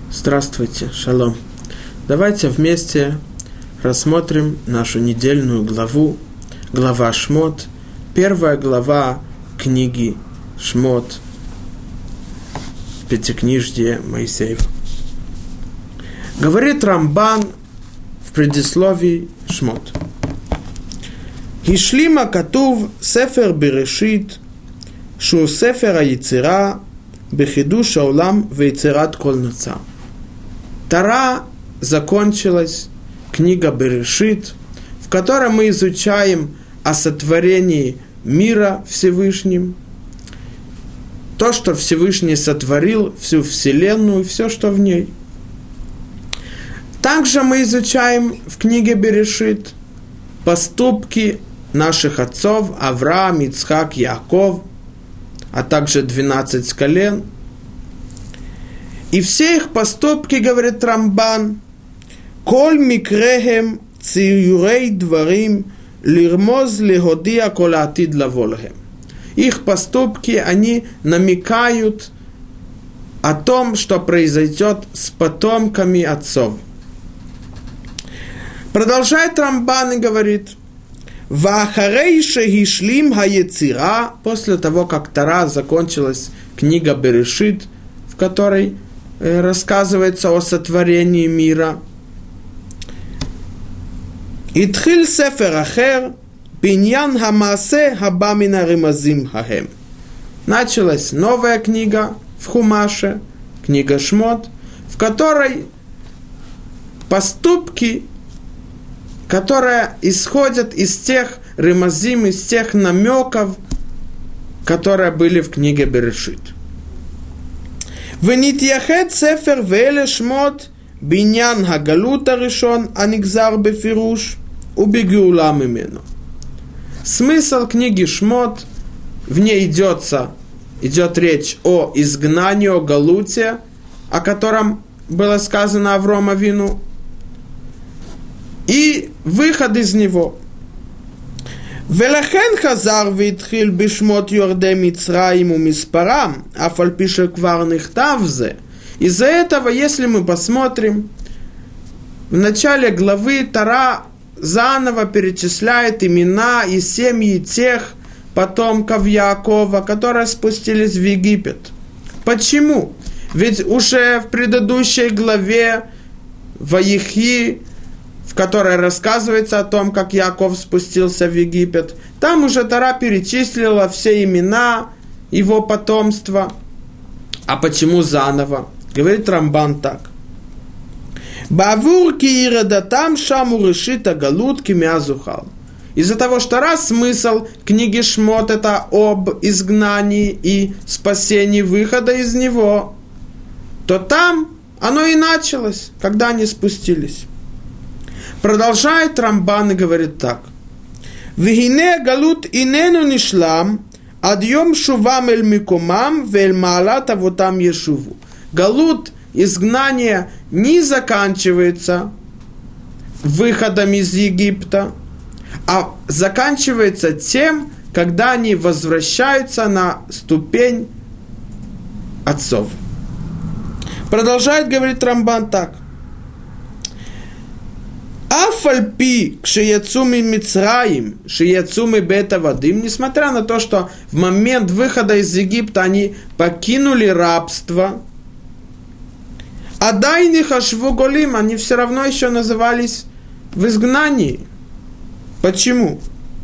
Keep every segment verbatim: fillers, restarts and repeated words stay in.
Здравствуйте, шалом. Давайте вместе рассмотрим нашу недельную главу, глава Шмот, первая глава книги Шмот, Пятикнижье Моисеева. Говорит Рамбан в предисловии Шмот. Ишлима катув сефер берешит, шу сефер היצירה, בחידוש העולם ויצירת כל נוצר. Тора закончилась, книга Берешит, в которой мы изучаем о сотворении мира Всевышним, то, что Всевышний сотворил, всю вселенную, все, что в ней. Также мы изучаем в книге Берешит поступки наших отцов Авраам, Ицхак, Яаков, а также двенадцать колен. И все их поступки, говорит Рамбан, «Коль микрехем циюрей дварим лирмоз леходия кол атид лаволхем». Их поступки, они намекают о том, что произойдет с потомками отцов. Продолжает Рамбан и говорит, «Ваахарей шеишлим хаецира», после того, как Тора закончилась, книга Берешит, в которой рассказывается о сотворении мира. Итхил сефер ахер биньян хамаасе хаба мин харемазим хаhem. Началась новая книга в Хумаше, книга Шмот, в которой поступки, которые исходят из тех ремазим, из тех намеков, которые были в книге Берешит. ונתייחד ספר ואלה שמות בעניין הגלות הראשון הנגזר בפירוש ובגאולה ממנו. Смысл книги Шмот, в ней идется, идет речь о изгнании, о галуте, о котором было сказано Аврому Авину, и выход из него. ולכן חזר והתחיל בשמות יורדי מצרים ומספרם, אף על פי שכבר נכתב זה. Из-за этого, если мы посмотрим, в начале главы Тора заново перечисляет имена и семьи тех потомков Яакова, которые спустились в Египет. Почему? Ведь уже в предыдущей главе Ваихи, в которой рассказывается о том, как Яаков спустился в Египет, там уже Тора перечислила все имена его потомства. А почему заново? Говорит Рамбан так. Бавур ки ирадатам шаму решита галут ки мязухал. Из-за того, что раз смысл книги Шмот это об изгнании и спасении выхода из него, то там оно и началось, когда они спустились. Продолжает Рамбан и говорит так. «Вихине галут инену нишлам, адьем шувам эль микумам, вель маалат авотам ешуву». Галут, изгнание, не заканчивается выходом из Египта, а заканчивается тем, когда они возвращаются на ступень отцов. Продолжает говорить Рамбан так. Афальпи кшеяцуми мицраим, шеяцуми бета вадим, несмотря на то, что в момент выхода из Египта они покинули рабство, адайни хашву голим, они все равно еще назывались в изгнании. Почему?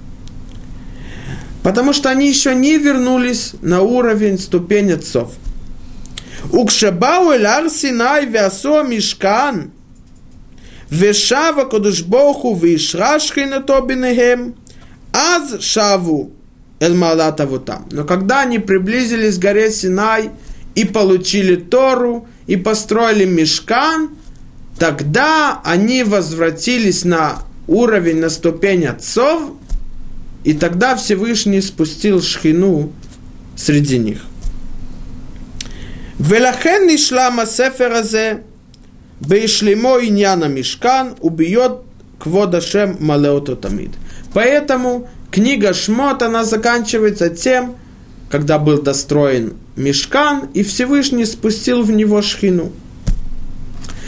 Потому что они еще не вернулись на уровень ступень отцов. Укшебау эль ар Синай веасо мишкан, ושב הקדוש ברוך הוא וישרה שכינתו ביניהם, אז שבו אל מעלת אבותם. Но когда они приблизились к горе Синай и получили Тору, и построили мишкан, тогда они возвратились на уровень, на ступень отцов, и тогда Всевышний спустил шхину среди них. ולכן נשלם הספר הזה Бейшлимо иньяна мишкан убьет квод Ашем малеото тамид. Поэтому книга Шмот, она заканчивается тем, когда был достроен мишкан, и Всевышний спустил в него шхину.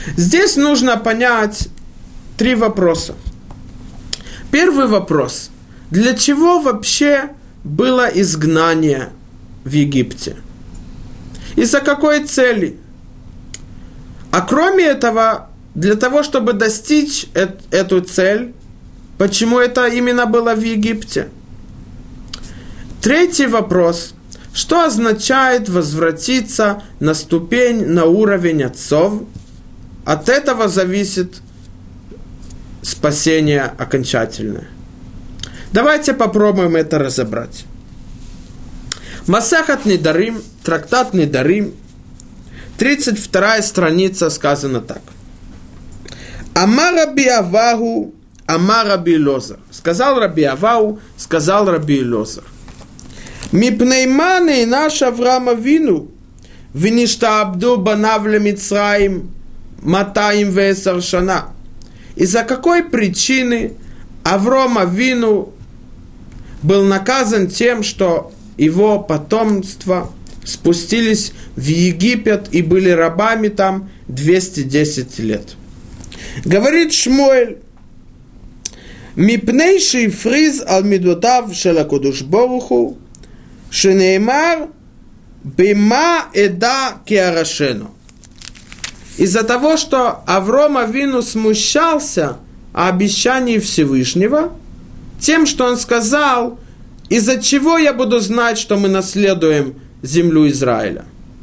Здесь нужно понять три вопроса. Первый вопрос. Для чего вообще было изгнание в Египте? Из-за какой цели? А кроме этого, для того, чтобы достичь э- эту цель, почему это именно было в Египте? Третий вопрос. Что означает возвратиться на ступень, на уровень отцов? От этого зависит спасение окончательное. Давайте попробуем это разобрать. Масехет Недарим, трактат Недарим, тридцать вторая страница, сказано так. Амар Раби Аваху, Амар Раби Лозар. Сказал Раби Аваху, сказал Раби Лозар. Мипнейманы наш Авраам Авину, виништаабду банав лемицраим, матаим весар шана. Из-за какой причины Авраам Авину был наказан тем, что его потомство спустились в Египет и были рабами там двести десять лет? Говорит Шмуэль, «Мипнейший фриз ал-мидотав шел акодуш боруху, шенеймар бима эда киарашену». Из-за того, что Авраам Авину смущался о обещании Всевышнего, тем, что он сказал, из-за чего я буду знать, что мы наследуем землю Израиля.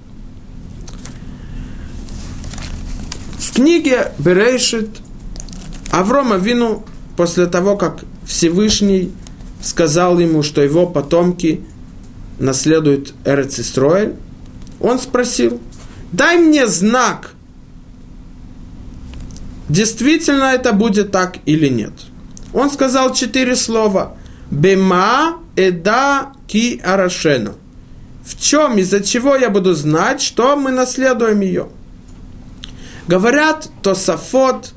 В книге Берешит Авраам Авину, после того, как Всевышний сказал ему, что его потомки наследуют Эрец Исроэль, он спросил, дай мне знак, действительно это будет так или нет. Он сказал четыре слова. Бема эда ки арашену. В чем, из-за чего я буду знать, что мы наследуем ее? Говорят Тосафот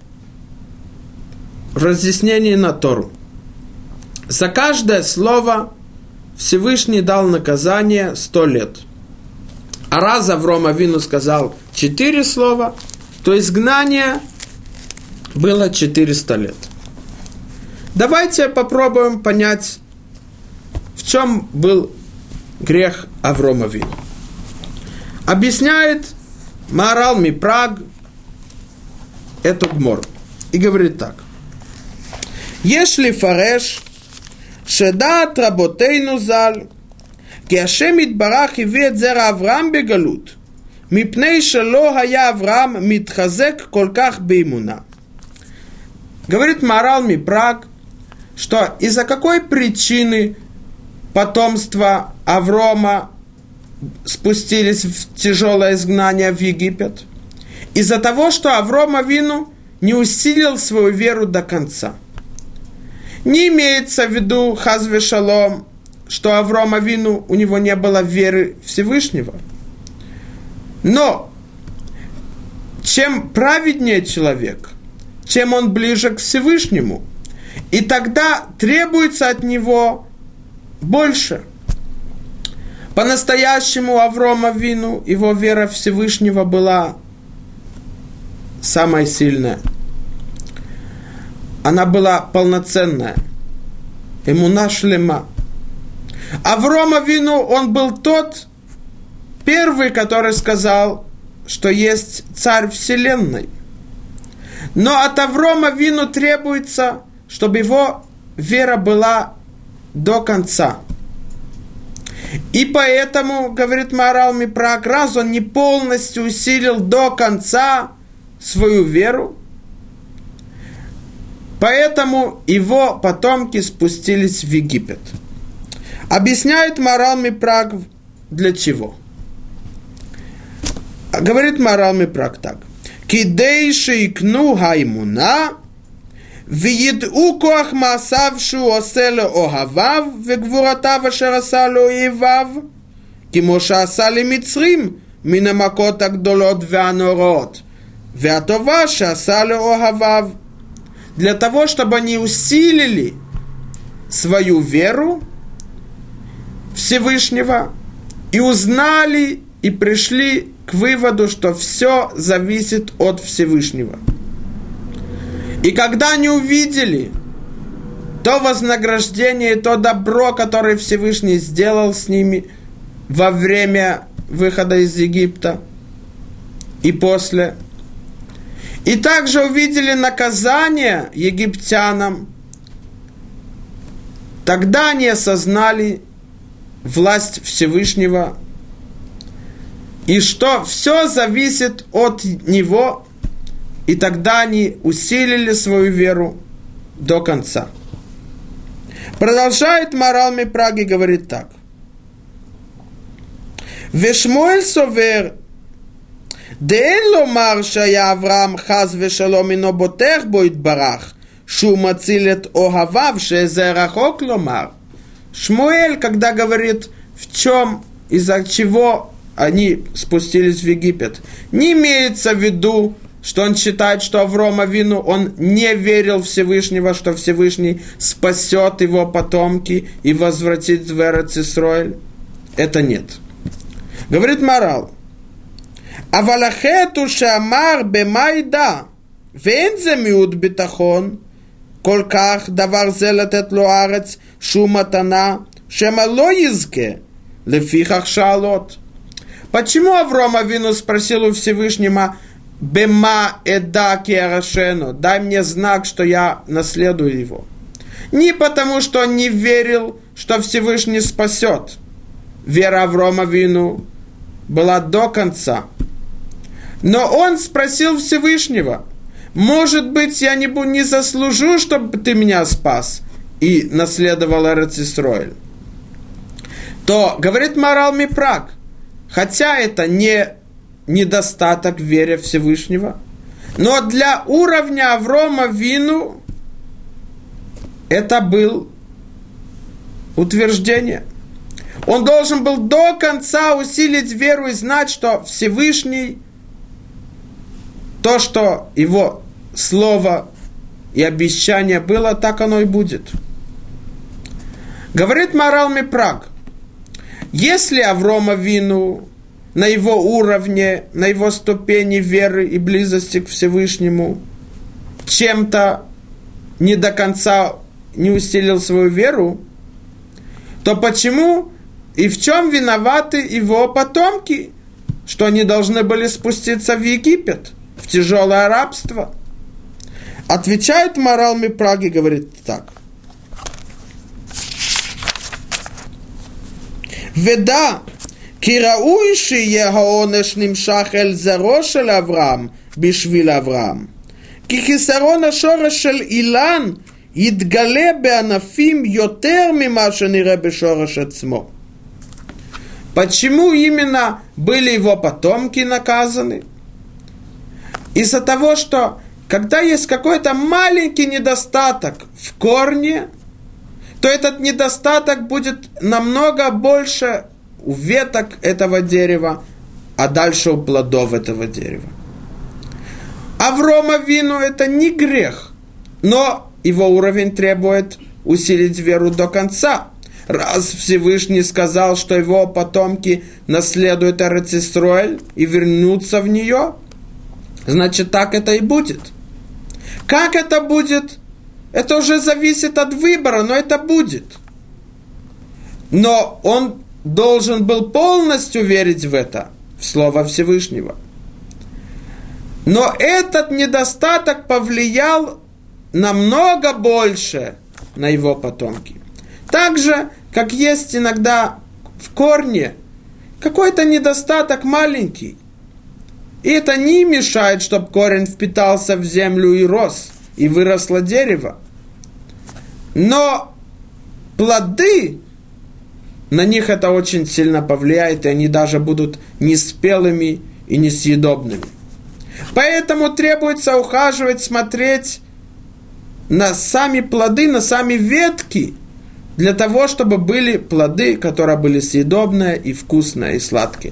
в разъяснении на Тору. За каждое слово Всевышний дал наказание сто лет. А раз Авраам Авину сказал четыре слова, то изгнание было четыреста лет. Давайте попробуем понять, в чем был грех Авраама Авину. Объясняет Маорал Мипраг эту гмору и говорит так. Если фареш шедат работейну заль, ки Ашем יתברך הביא את זרע אברהם בגלות, מפני שלא היה אברהם מתחזק כל כך באמונה. Говорит Маорал Мипраг, что из-за какой причины потомство Аврома спустились в тяжелое изгнание в Египет? Из-за того, что Авраам Авину не усилил свою веру до конца. Не имеется в виду, хазве шалом, что Авраам Авину, у него не было веры Всевышнего. Но чем праведнее человек, чем он ближе к Всевышнему, и тогда требуется от него больше. По-настоящему Авраам Авину, его вера Всевышнего была самая сильная. Она была полноценная. Эмуна шлема. Авраам Авину, он был тот первый, который сказал, что есть царь вселенной. Но от Авраама Авину требуется, чтобы его вера была до конца. И поэтому, говорит Маорал Мипраг, раз он не полностью усилил до конца свою веру, поэтому его потомки спустились в Египет. Объясняет Маорал Мипраг для чего. Говорит Маорал Мипраг так. Кидей шейкну хаймуна, וידעו כוח מעשיו שהוא עושה לאוהביו וגבורתיו אשר עשה לאויביו כמו שעשה למצרים מן המכות הגדולות והנוראות והטובה שעשה לאוהביו. Для того, чтобы они усилили свою веру Всевышнего и узнали и пришли к выводу, что все зависит от Всевышнего. И когда они увидели то вознаграждение, то добро, которое Всевышний сделал с ними во время выхода из Египта и после, и также увидели наказание египтянам, тогда они осознали власть Всевышнего, и что все зависит от Него, и тогда они усилили свою веру до конца. Продолжает Марал Мипраги, говорит так. Вешмуэль совер, деэн ломар шая Авраам хаз вешалом ино ботех бо итбарах, шу мацилет огавав шезе рахок ломар. Шмуэль, когда говорит, в чем, из-за чего они спустились в Египет, не имеется в виду, что он считает, что Авром Авину, он не верил Всевышнего, что Всевышний спасет его потомки и возвратит в Эрец Исроэль. Это нет. Говорит Марал. Авалахету шамар бемайда, вензе миут битахон, колках давар зелатет лоарец шуматана, шемало изге, лефихах шалот. Почему Авром Авину спросил у Всевышнего, «Бема эда киарашену», дай мне знак, что я наследую его. Не потому, что он не верил, что Всевышний спасет. Вера Аврома Авину была до конца. Но он спросил Всевышнего, может быть, я не, не заслужу, чтобы ты меня спас и наследовал Эрец Исроэль. То, говорит Марал Мипраг, хотя это не недостаток в вере Всевышнего, но для уровня Аврома Авину это был утверждение. Он должен был до конца усилить веру и знать, что Всевышний, то, что его слово и обещание было, так оно и будет. Говорит Марал Мипраг, если Авром Авину на его уровне, на его ступени веры и близости к Всевышнему чем-то не до конца не усилил свою веру, то почему и в чем виноваты его потомки, что они должны были спуститься в Египет, в тяжелое рабство? Отвечает Марал Мипраги, говорит так. Веда כי ראוי שיהיה העונש נמשך אל זרעו של אברהם בשביל אברהם. כי חיסרון השורש של אילן יתגלה בענפים יותר ממה שנראה בשורש עצמו. Почему именно были его потомки наказаны? Из-за того, что когда есть какой-то маленький недостаток в корне, то этот недостаток будет намного больше у веток этого дерева, а дальше у плодов этого дерева. Авром Авину это не грех, но его уровень требует усилить веру до конца. Раз Всевышний сказал, что его потомки наследуют Эрец Исроэль и вернутся в нее, значит так это и будет. Как это будет? Это уже зависит от выбора, но это будет. Но он должен был полностью верить в это, в Слово Всевышнего. Но этот недостаток повлиял намного больше на его потомки. Так же, как есть иногда в корне какой-то недостаток маленький. И это не мешает, чтобы корень впитался в землю и рос, и выросло дерево. Но плоды, на них это очень сильно повлияет, и они даже будут неспелыми и несъедобными. Поэтому требуется ухаживать, смотреть на сами плоды, на сами ветки, для того, чтобы были плоды, которые были съедобные и вкусные, и сладкие.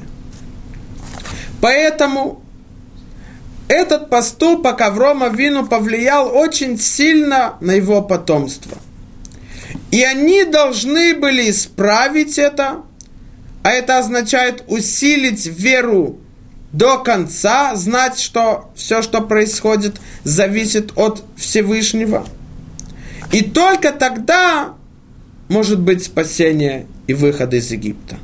Поэтому этот поступок Аврома Авину повлиял очень сильно на его потомство. И они должны были исправить это, а это означает усилить веру до конца, знать, что все, что происходит, зависит от Всевышнего. И только тогда может быть спасение и выход из Египта.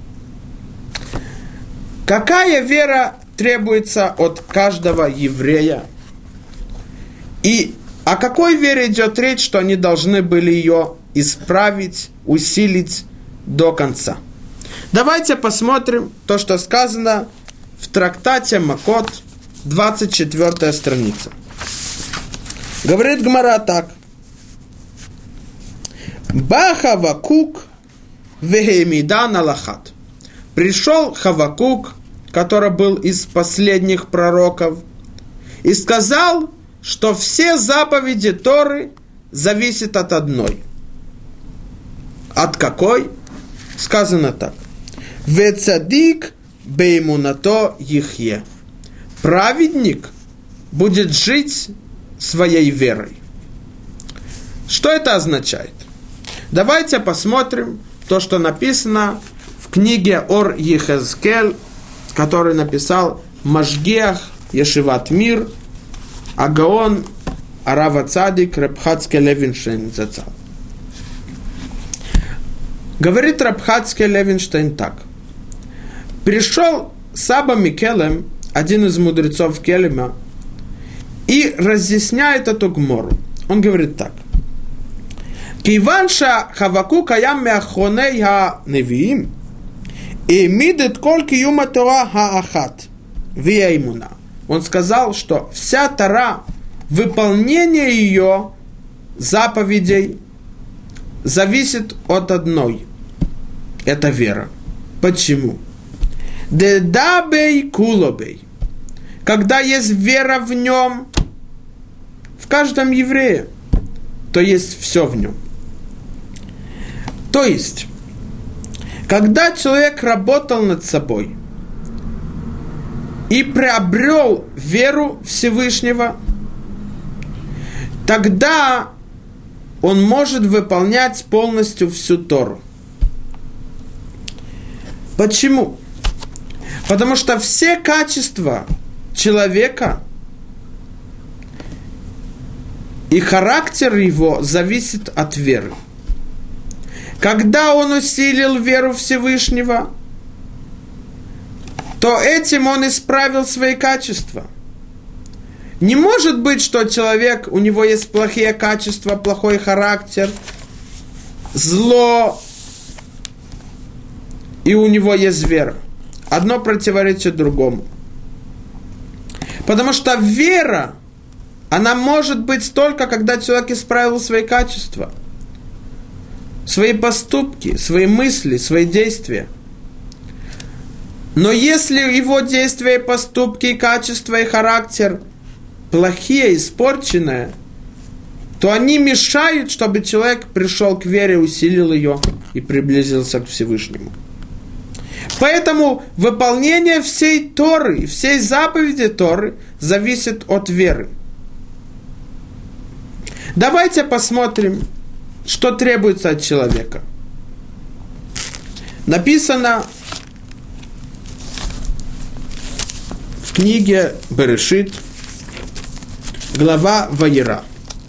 Какая вера требуется от каждого еврея? И о какой вере идет речь, что они должны были ее исправить, усилить до конца? Давайте посмотрим то, что сказано в трактате Макот, двадцать четвёртая страница. Говорит Гмара так. Ба Хавакук вехемида налахат. Пришел Хавакук, который был из последних пророков, и сказал, что все заповеди Торы зависят от одной. От какой? Сказано так. Вецадик беймунато ихе. Праведник будет жить своей верой. Что это означает? Давайте посмотрим то, что написано в книге Ор Ехезкель, который написал Машгиах Ешиват Мир, Агаон Арава Цадик Рабхацкий Левинштейн Зацал. Говорит Рабхацкий Левинштейн так. Пришел Саба Микелем, один из мудрецов Келема, и разъясняет эту гмору. Он говорит так. Киванша Хавакук аям меахроней ха-невиим и мидет кол киюма Тора ха-ахат вия имуна. Он сказал, что вся Тора, выполнение ее заповедей зависит от одной. Это вера. Почему? Дедабей кулобей. Когда есть вера в нем, в каждом еврее, то есть все в нем. То есть, когда человек работал над собой и приобрел веру Всевышнего, тогда он может выполнять полностью всю Тору. Почему? Потому что все качества человека и характер его зависит от веры. Когда он усилил веру Всевышнего, то этим он исправил свои качества. Не может быть, что человек, у него есть плохие качества, плохой характер, зло, и у него есть вера. Одно противоречит другому. Потому что вера, она может быть только, когда человек исправил свои качества, свои поступки, свои мысли, свои действия. Но если его действия, поступки, качества и характер плохие, испорченные, то они мешают, чтобы человек пришел к вере, усилил ее и приблизился к Всевышнему. Поэтому выполнение всей Торы, всей заповеди Торы зависит от веры. Давайте посмотрим, что требуется от человека. Написано в книге Берешит, глава Ваера.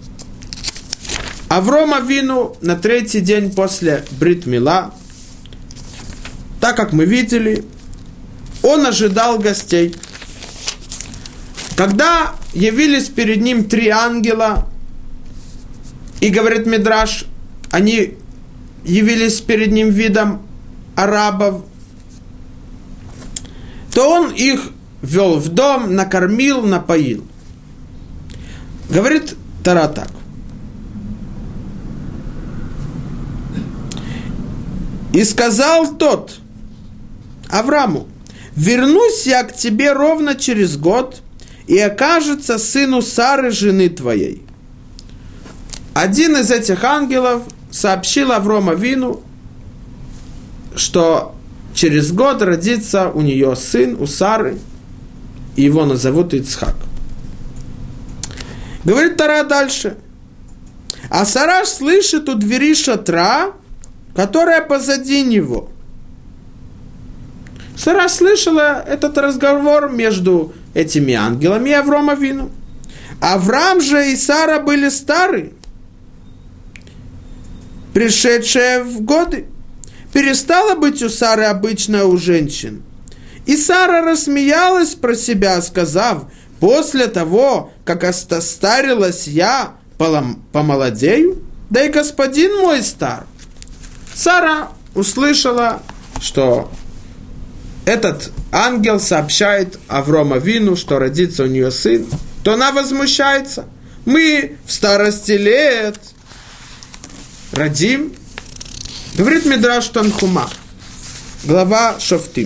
Авром Авину на третий день после Брит Мила, так как мы видели, он ожидал гостей. Когда явились перед ним три ангела, и, говорит Мидраш, они явились перед ним видом арабов, то он их ввел в дом, накормил, напоил. Говорит Тора так. И сказал тот Аврааму: вернусь я к тебе ровно через год, и окажется сыну Сары, жены твоей. Один из этих ангелов сообщил Аврому Авину, что через год родится у нее сын, у Сары, и его назовут Ицхак. Говорит Тора дальше. А Сара слышит у двери шатра, которая позади него, Сара слышала этот разговор между этими ангелами и Авраам Авину. Авраам же и Сара были стары, пришедшие в годы. Перестала быть у Сары обычная у женщин. И Сара рассмеялась про себя, сказав: после того, как остастарилась я, помолодею, да и господин мой стар. Сара услышала, что этот ангел сообщает Аврааму Авину, что родится у нее сын, то она возмущается. Мы в старости лет родим. Говорит Мидраш Танхума, глава Шофтим.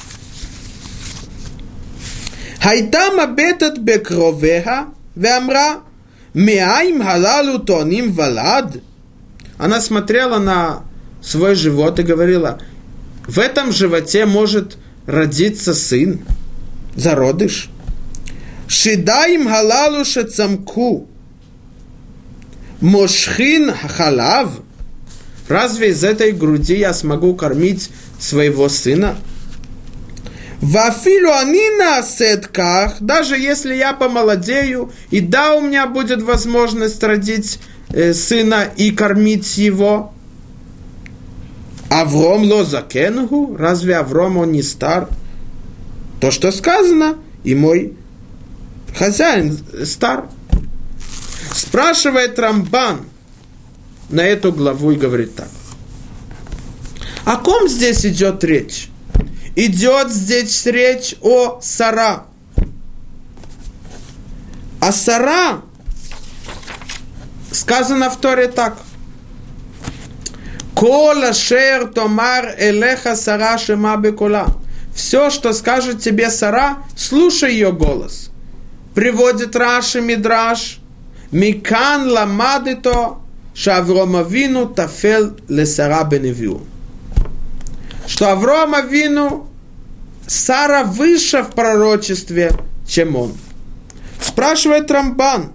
Хайта мабетат бекровеха веамра меаим халалу тоним валад. Она смотрела на свой живот и говорила: в этом животе может родиться сын, зародыш. Шидаим халалу шецамку мошхин халав. Разве из этой груди я смогу кормить своего сына? Вафилу анина сетках, даже если я помолодею, и да, у меня будет возможность родить э, сына и кормить его. Авром лозакенгу, разве Авром он не стар? То, что сказано, и мой хозяин стар. Спрашивает Рамбан на эту главу и говорит так: о ком здесь идет речь? Идет здесь речь о Сара. А Сара сказано в Торе так: Кола шер томар элеха Сара шема бекола. Все, что скажет тебе Сара, слушай ее голос. Приводит Раши Мидраш: Микан ламадито шавром авину тафел лесара беневиу. Что Авраам Авину, Сара выше в пророчестве, чем он. Спрашивает Рамбан,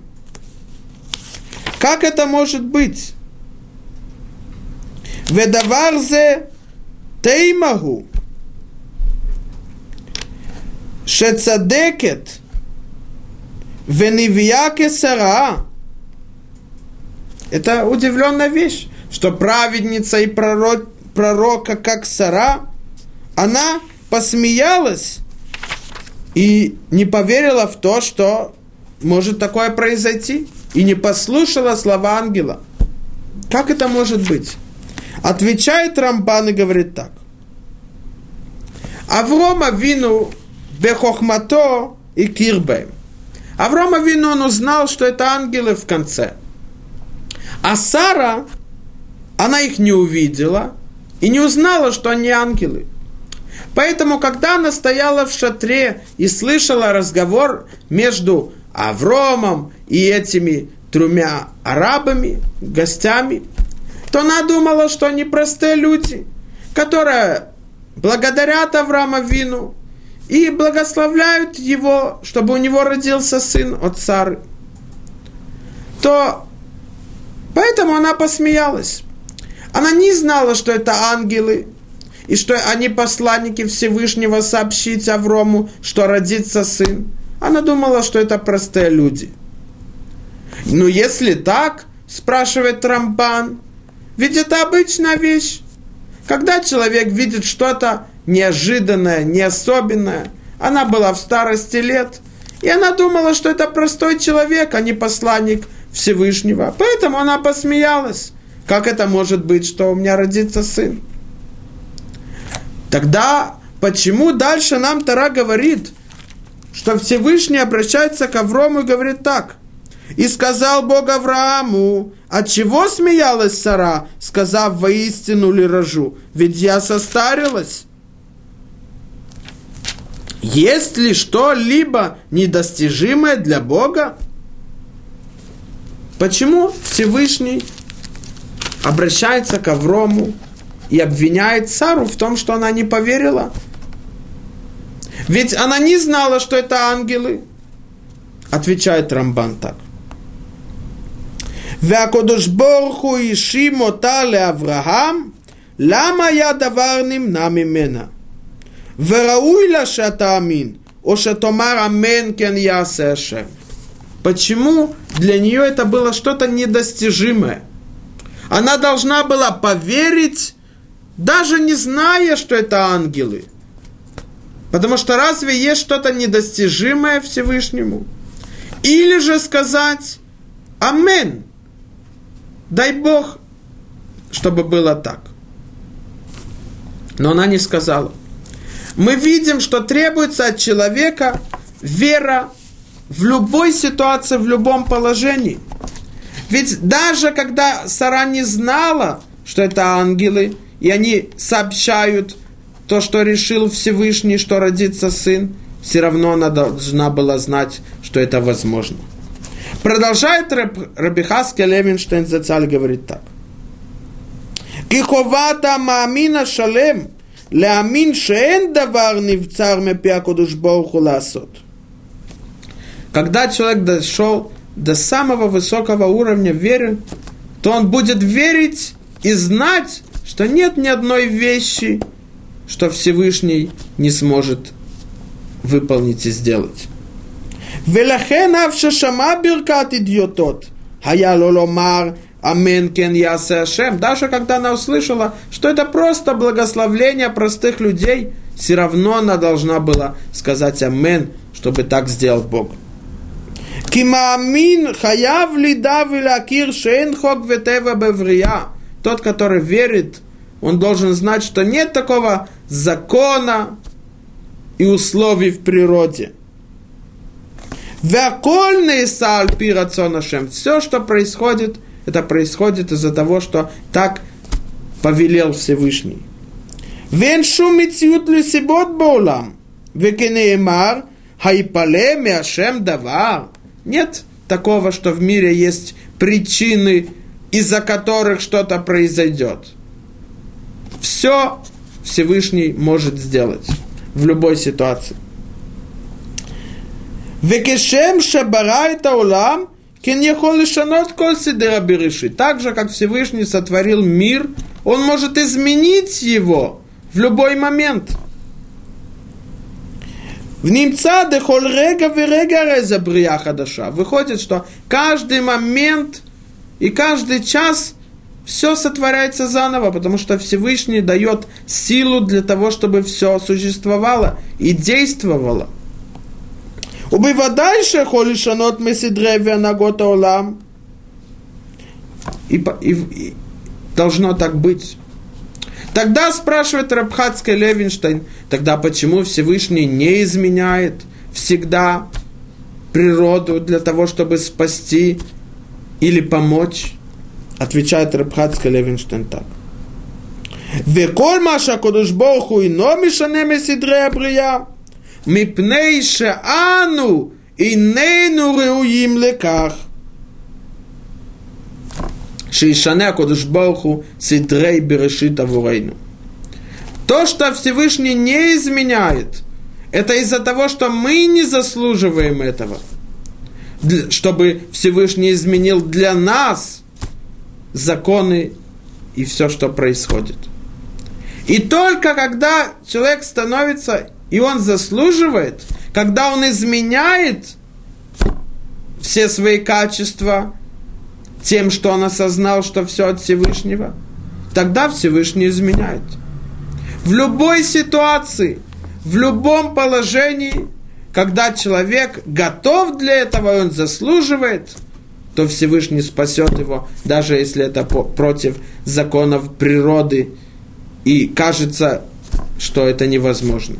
как это может быть? Ведаварзе теймагу шецадекет венивияке Сара. Это удивленная вещь, что праведница и пророк, пророка, как Сара, она посмеялась и не поверила в то, что может такое произойти, и не послушала слова ангела. Как это может быть? Отвечает Рамбан и говорит так: Авраам Авину бехохмато и кирбе. Авраам Авину, он узнал, что это ангелы в конце. А Сара, она их не увидела и не узнала, что они ангелы. Поэтому, когда она стояла в шатре и слышала разговор между Авромом и этими тремя арабами, гостями, то она думала, что они простые люди, которые благодарят Авраама Авину и благословляют его, чтобы у него родился сын от Сары. То поэтому она посмеялась. Она не знала, что это ангелы, и что они посланники Всевышнего сообщить Аврому, что родится сын. Она думала, что это простые люди. Ну, если так, спрашивает Рамбан, ведь это обычная вещь. Когда человек видит что-то неожиданное, не особенное, она была в старости лет, и она думала, что это простой человек, а не посланник Всевышнего. Поэтому она посмеялась. Как это может быть, что у меня родится сын? Тогда почему дальше нам Тора говорит, что Всевышний обращается к Аврому и говорит так: «И сказал Бог Аврааму, от чего смеялась Сара, сказав, воистину ли рожу? Ведь я состарилась». Есть ли что-либо недостижимое для Бога? Почему Всевышний обращается к Аврому и обвиняет Сару в том, что она не поверила? Ведь она не знала, что это ангелы. Отвечает Рамбан так: «Веакодош борху ишим ота леавраам, лама я давар нимна мимена». Верауйля шатамин, ошатомар амен кен ясе Ашем. Почему для нее это было что-то недостижимое? Она должна была поверить, даже не зная, что это ангелы. Потому что разве есть что-то недостижимое Всевышнему? Или же сказать «Амен». Дай Бог, чтобы было так. Но она не сказала. Мы видим, что требуется от человека вера в любой ситуации, в любом положении. Ведь даже когда Сара не знала, что это ангелы, и они сообщают то, что решил Всевышний, что родится сын, все равно она должна была знать, что это возможно. Продолжает Раби Хаскель Левинштейн Зацаль, говорит так. Киховата маамина шалем леамин шеэн давар нивцар мепи акодуш барух ху лаасот. Когда человек дошел до самого высокого уровня веры, то он будет верить и знать, что нет ни одной вещи, что Всевышний не сможет выполнить и сделать. ולכן אף ששמע ברכת идиотот, היה לו לומר амен кен ясе Ашем. Даже когда она услышала, что это просто благословление простых людей, все равно она должна была сказать амен, чтобы так сделал Бог. כי מאמין חייב לידע ולהכיר שאין חוק וטבע בבריאה. Тот, который верит, он должен знать, что нет такого закона и условий в природе. Вяколь нейса аль пи рацон Ашем. Все, что происходит, это происходит из-за того, что так повелел Всевышний. Вен шум мициют лисибот боулам. Векенеемар хайпале ми Ашем давар. Нет такого, что в мире есть причины, из-за которых что-то произойдет. Все Всевышний может сделать в любой ситуации. Векешем шабара это улам, кен яхол лишанот коль сидера береши. Так же, как Всевышний сотворил мир, он может изменить его в любой момент. В немца дехол рега верега реза брия хадаша. Выходит, что каждый момент и каждый час все сотворяется заново, потому что Всевышний дает силу для того, чтобы все существовало и действовало. Убивадай шехол лишанот месидре венагот олам. И должно так быть. Тогда спрашивает Рабби Хаскель Левинштейн, тогда почему Всевышний не изменяет всегда природу для того, чтобы спасти или помочь? Отвечает Рабби Хаскель Левинштейн так. Веколь маша кодуш барух ху ино мишане месидре абрия, мипней шеану инейну реуим леках. Шейшане акодуш барух ху сидрей берешит авурейну. То, что Всевышний не изменяет, это из-за того, что мы не заслуживаем этого. Чтобы Всевышний изменил для нас законы и все, что происходит. И только когда человек становится, и он заслуживает, когда он изменяет все свои качества тем, что он осознал, что все от Всевышнего, тогда Всевышний изменяет. В любой ситуации, в любом положении, когда человек готов для этого, и он заслуживает, то Всевышний спасет его, даже если это против законов природы, и кажется, что это невозможно.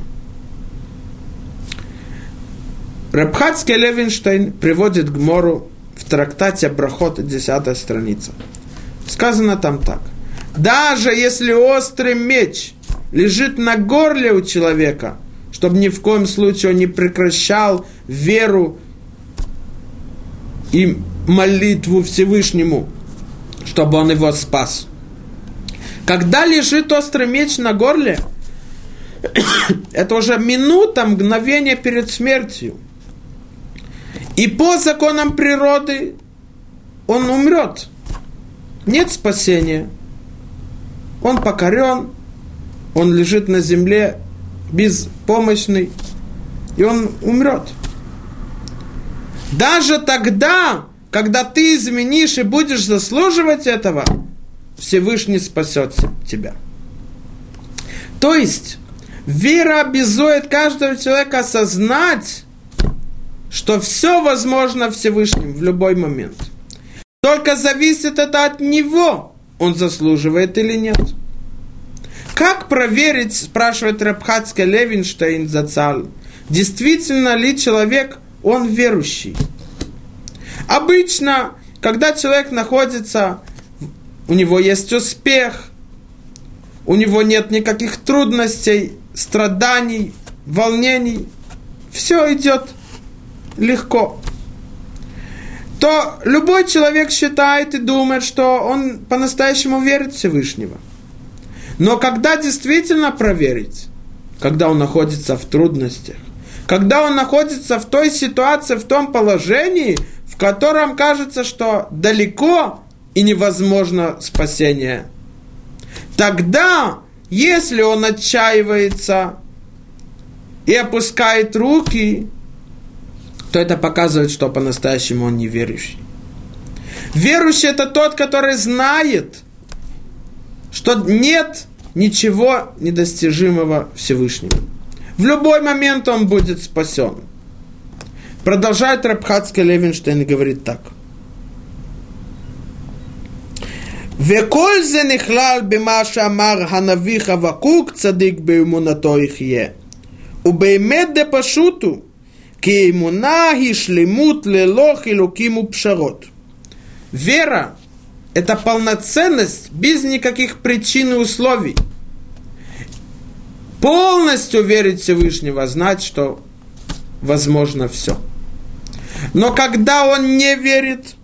Рабби Хаскель Левинштейн приводит Гмору в трактате Брахот, десятая страница. Сказано там так. Даже если острый меч лежит на горле у человека, чтобы ни в коем случае он не прекращал веру и молитву Всевышнему, чтобы он его спас. Когда лежит острый меч на горле, это уже минута, мгновение перед смертью. И по законам природы он умрет. Нет спасения. Он покорен, он лежит на земле беспомощный, и он умрет. Даже тогда, когда ты изменишь и будешь заслуживать этого, Всевышний спасет тебя. То есть, вера обязует каждого человека осознать, что все возможно Всевышним в любой момент. Только зависит это от него, он заслуживает или нет. Как проверить, спрашивает Раб Хацкель Левинштейн Зацаль, действительно ли человек, он верующий? Обычно, когда человек находится, у него есть успех, у него нет никаких трудностей, страданий, волнений, все идет легко, то любой человек считает и думает, что он по-настоящему верит в Всевышнего. Но когда действительно проверить, когда он находится в трудностях, когда он находится в той ситуации, в том положении, в котором кажется, что далеко и невозможно спасение, тогда, если он отчаивается и опускает руки, то это показывает, что по-настоящему он не верующий. Верующий – это тот, который знает, что нет ничего недостижимого Всевышнего. В любой момент он будет спасен. Продолжает Раб Хацкель Левинштейн и говорит так. וכל זה נכלל במה שאמר הנביא חבקוק צדיק באמונתו יחיה. ובאמת דה פשוט הוא, כי אמונה היא שלמות ללא חילוקים ופשרות. Вера – это полноценность без никаких причин и условий. Полностью верить в Всевышнего, знать, что возможно все. Но когда он не верит,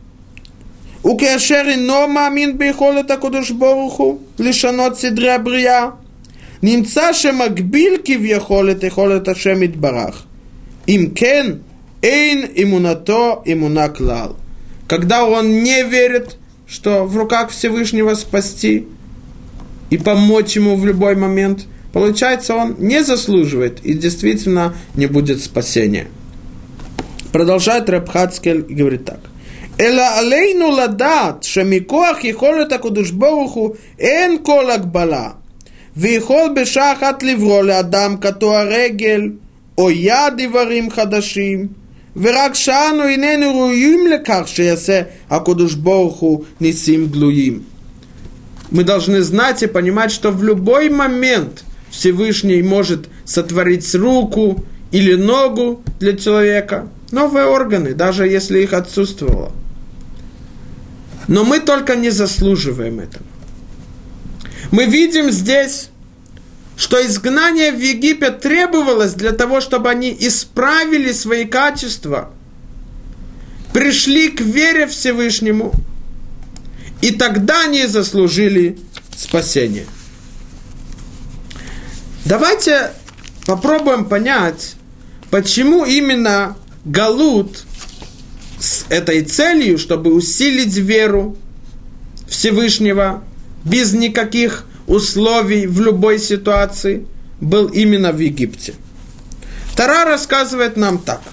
וכאשר אינו מאמין ביכולת הקדוש ברוך הוא לשנות סדרי הבריאה, נמצא שמגביל כביכול את יכולת השם יתברך. אם כן, אין אמונתו אמונה כלל. Когда он не верит, что в руках Всевышнего спасти и помочь ему в любой момент, получается, он не заслуживает и действительно не будет спасения. Продолжает Раб Хацкель и говорит так. אלא עלינו לדעת שמכוח יכולת הקדוש ברוך הוא אין כל הגבלה, ויכול בשעה אחת לברוא לאדם קטוע רגל או יד איברים חדשים, ורק שאנו איננו ראויים לכך שיעשה הקדוש ברוך הוא ניסים גלויים. Мы должны знать и понимать, что в любой момент Всевышний может сотворить руку или ногу для человека, новые органы, даже если их отсутствовало. Но мы только не заслуживаем этого. Мы видим здесь, что изгнание в Египет требовалось для того, чтобы они исправили свои качества, пришли к вере Всевышнему, и тогда они заслужили спасение. Давайте попробуем понять, почему именно галут с этой целью, чтобы усилить веру Всевышнего без никаких условий в любой ситуации, был именно в Египте. Тора рассказывает нам так.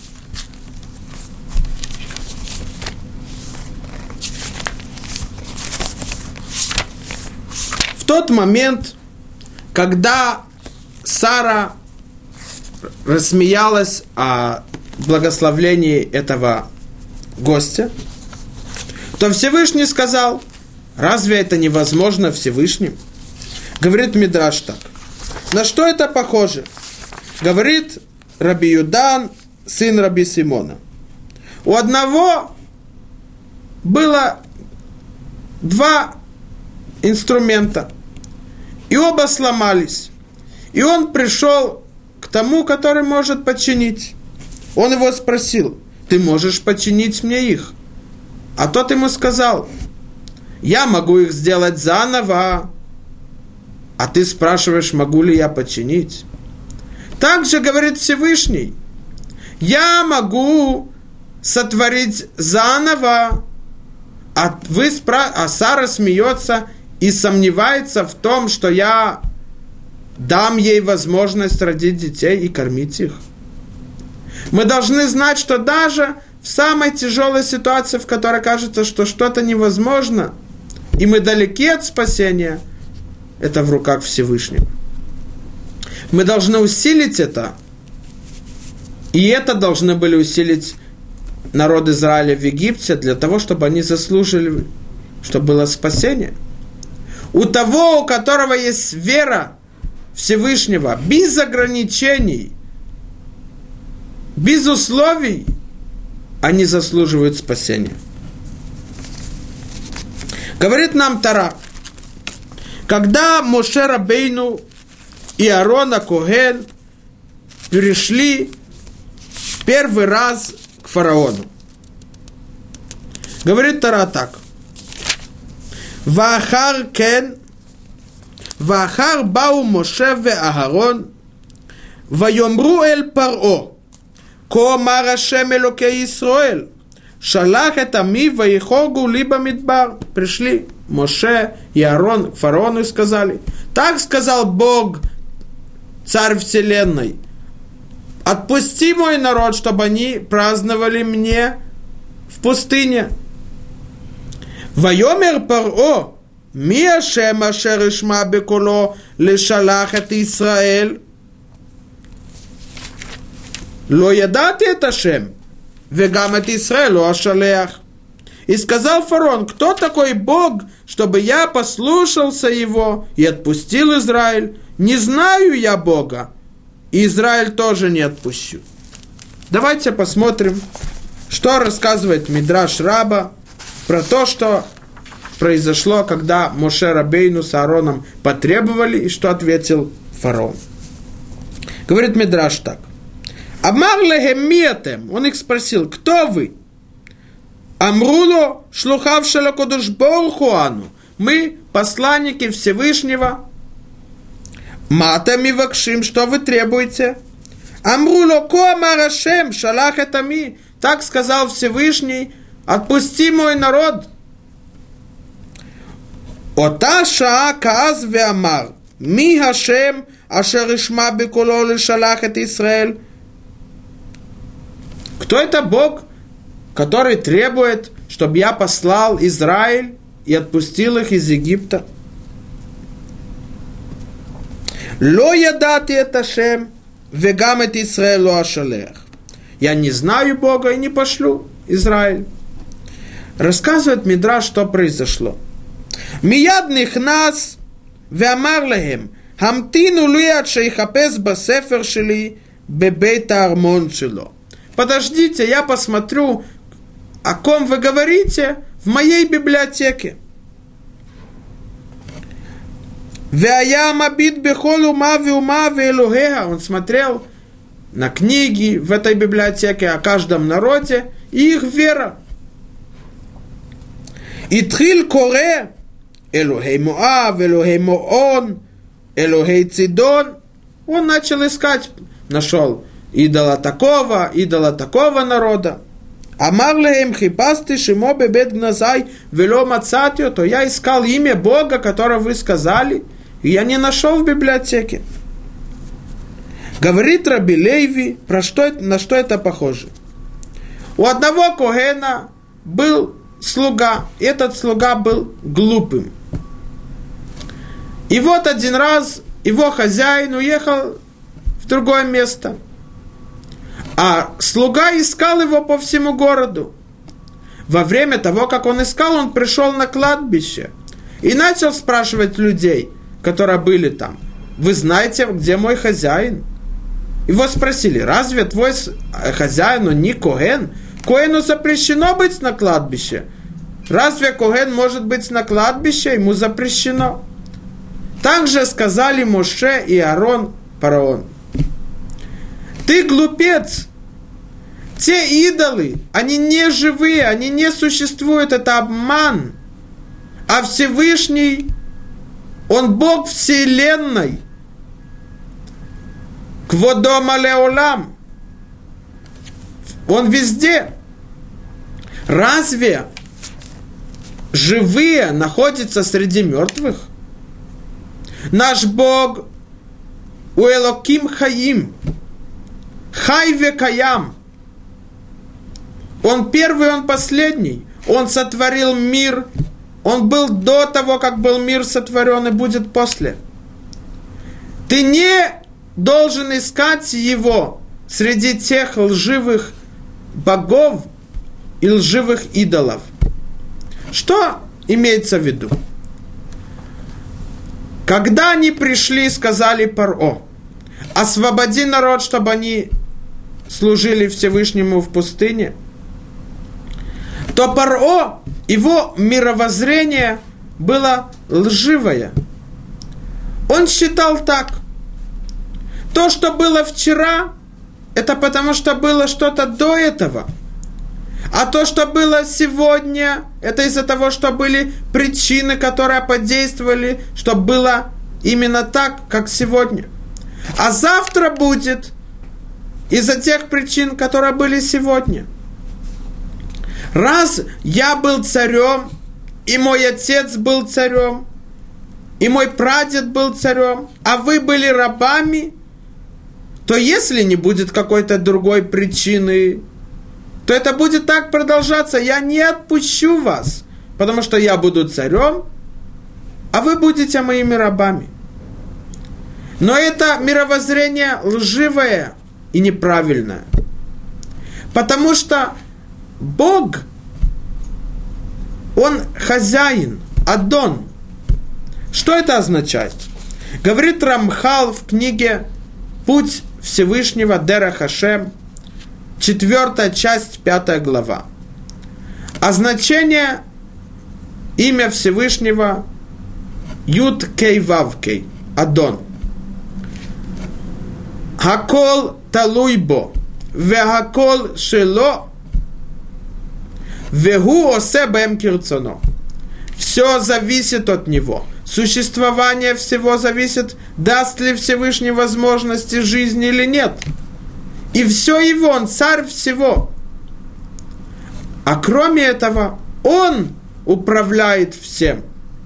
В тот момент, когда Сара рассмеялась о благословлении этого гостя, то Всевышний сказал: разве это невозможно Всевышним? Говорит Мидраш так. На что это похоже? Говорит Раби Юдан, сын Раби Симона. У одного было два инструмента, и оба сломались. И он пришел к тому, который может починить. Он его спросил: ты можешь починить мне их? А тот ему сказал: я могу их сделать заново, а ты спрашиваешь, могу ли я починить? Также говорит Всевышний: я могу сотворить заново, а, вы спра... а Сара смеется и сомневается в том, что я дам ей возможность родить детей и кормить их. Мы должны знать, что даже в самой тяжелой ситуации, в которой кажется, что что-то невозможно, и мы далеки от спасения, это в руках Всевышнего. Мы должны усилить это, и это должны были усилить народ Израиля в Египте для того, чтобы они заслужили, чтобы было спасение. У того, у которого есть вера Всевышнего, без ограничений, без условий, они заслуживают спасения. Говорит нам Тора, когда Моше Рабейну и Аарон а-Коген перешли первый раз к фараону. Говорит Тора так. Ваахар кен, ваахар бау Моше ве Аарон, вайомру эль паро, כה אמר השם אלוקי ישראל, שלח את עמי ויחוגו לי במדבר. Пришли Моше и Аарон к фараону и сказали, так сказал Бог, царь вселенной, отпусти мой народ, чтобы они праздновали мне в пустыне. ויאמר פרעה, מי השם אשר ישמע בקולו לשלח את ישראל? לא ידעתי את השם, וגם את ישראל לא אשלח. И сказал фараон, кто такой Бог, чтобы я послушался его и отпустил Израиль? Не знаю я Бога, и Израиль тоже не отпущу. Давайте посмотрим, что рассказывает Мидраш Раба про то, что произошло, когда Моше Рабейну с Аароном потребовали, и что ответил фараон. Говорит Мидраш так. Амар лехем миатем. Он их спросил, кто вы? Амруло шлухав шелакодуш борху ану. Мы посланники Всевышнего. Матами вакшим, что вы требуете? Амруло ко амарашем шалах этами. Так сказал Всевышний, отпусти мой народ. Ота шаа каас ве амар. Ми хашем ашер ишма беколо лешалах эт Исраэль. Кто это Бог, который требует, чтобы я послал Израиль и отпустил их из Египта? Ло ядати эт Ашем, вегам эт Исраэль ло ашалех. Я не знаю Бога и не пошлю Израиль. Рассказывает Мидраш, что произошло. Мияд нихнас веамар лехем, хамтину ли ад шейхапес басефер шели бебейт аармон шело. Подождите, я посмотрю, о ком вы говорите в моей библиотеке. Он смотрел на книги в этой библиотеке о каждом народе и их вера. Итхил коре Элохей Моав, Элохей Моон, Элохей Цидон. Он начал искать, нашел идола такого, идола такого народа. Амар лехем хипасти шимо бебет гназай вело мацатио, то я искал имя Бога, которое вы сказали, и я не нашел в библиотеке. Говорит Раби Лейви, про что, на что это похоже. У одного когена был слуга, и этот слуга был глупым. И вот один раз его хозяин уехал в другое место. А слуга искал его по всему городу. Во время того, как он искал, он пришел на кладбище и начал спрашивать людей, которые были там. Вы знаете, где мой хозяин? Его спросили, разве твой хозяин, он не коген? Коэну запрещено быть на кладбище. Разве коген может быть на кладбище? Ему запрещено. Также сказали Моше и Аарон фараону. Ты глупец! Те идолы, они не живые, они не существуют, это обман. А Всевышний, Он Бог Вселенной. Кводома леолам. Он везде. Разве живые находятся среди мертвых? Наш Бог, у Элоким Хаим, Хай векаям. Он первый, он последний. Он сотворил мир. Он был до того, как был мир сотворен, и будет после. Ты не должен искать его среди тех лживых богов и лживых идолов. Что имеется в виду? Когда они пришли и сказали Паро: освободи народ, чтобы они служили Всевышнему в пустыне, то Паро, его мировоззрение было лживое. Он считал так: то, что было вчера, это потому, что было что-то до этого. А то, что было сегодня, это из-за того, что были причины, которые подействовали, чтобы было именно так, как сегодня. А завтра будет из-за тех причин, которые были сегодня. Раз я был царем, и мой отец был царем, и мой прадед был царем, а вы были рабами, то если не будет какой-то другой причины, то это будет так продолжаться. Я не отпущу вас, потому что я буду царем, а вы будете моими рабами. Но это мировоззрение лживое и неправильное. Потому что Бог, Он хозяин, аддон. Что это означает? Говорит Рамхал в книге «Путь Всевышнего Дерех Ашем», четвертая часть, пятая глава. А значение имя Всевышнего Юд Кей Вав Кей, Адон. Хакол талуйбо, вехакол шело, вегу осе бэм кирцоно. Все зависит от него. Существование всего зависит, даст ли Всевышний возможности жизни или нет. И все его, он царь всего. А кроме этого, он управляет всем.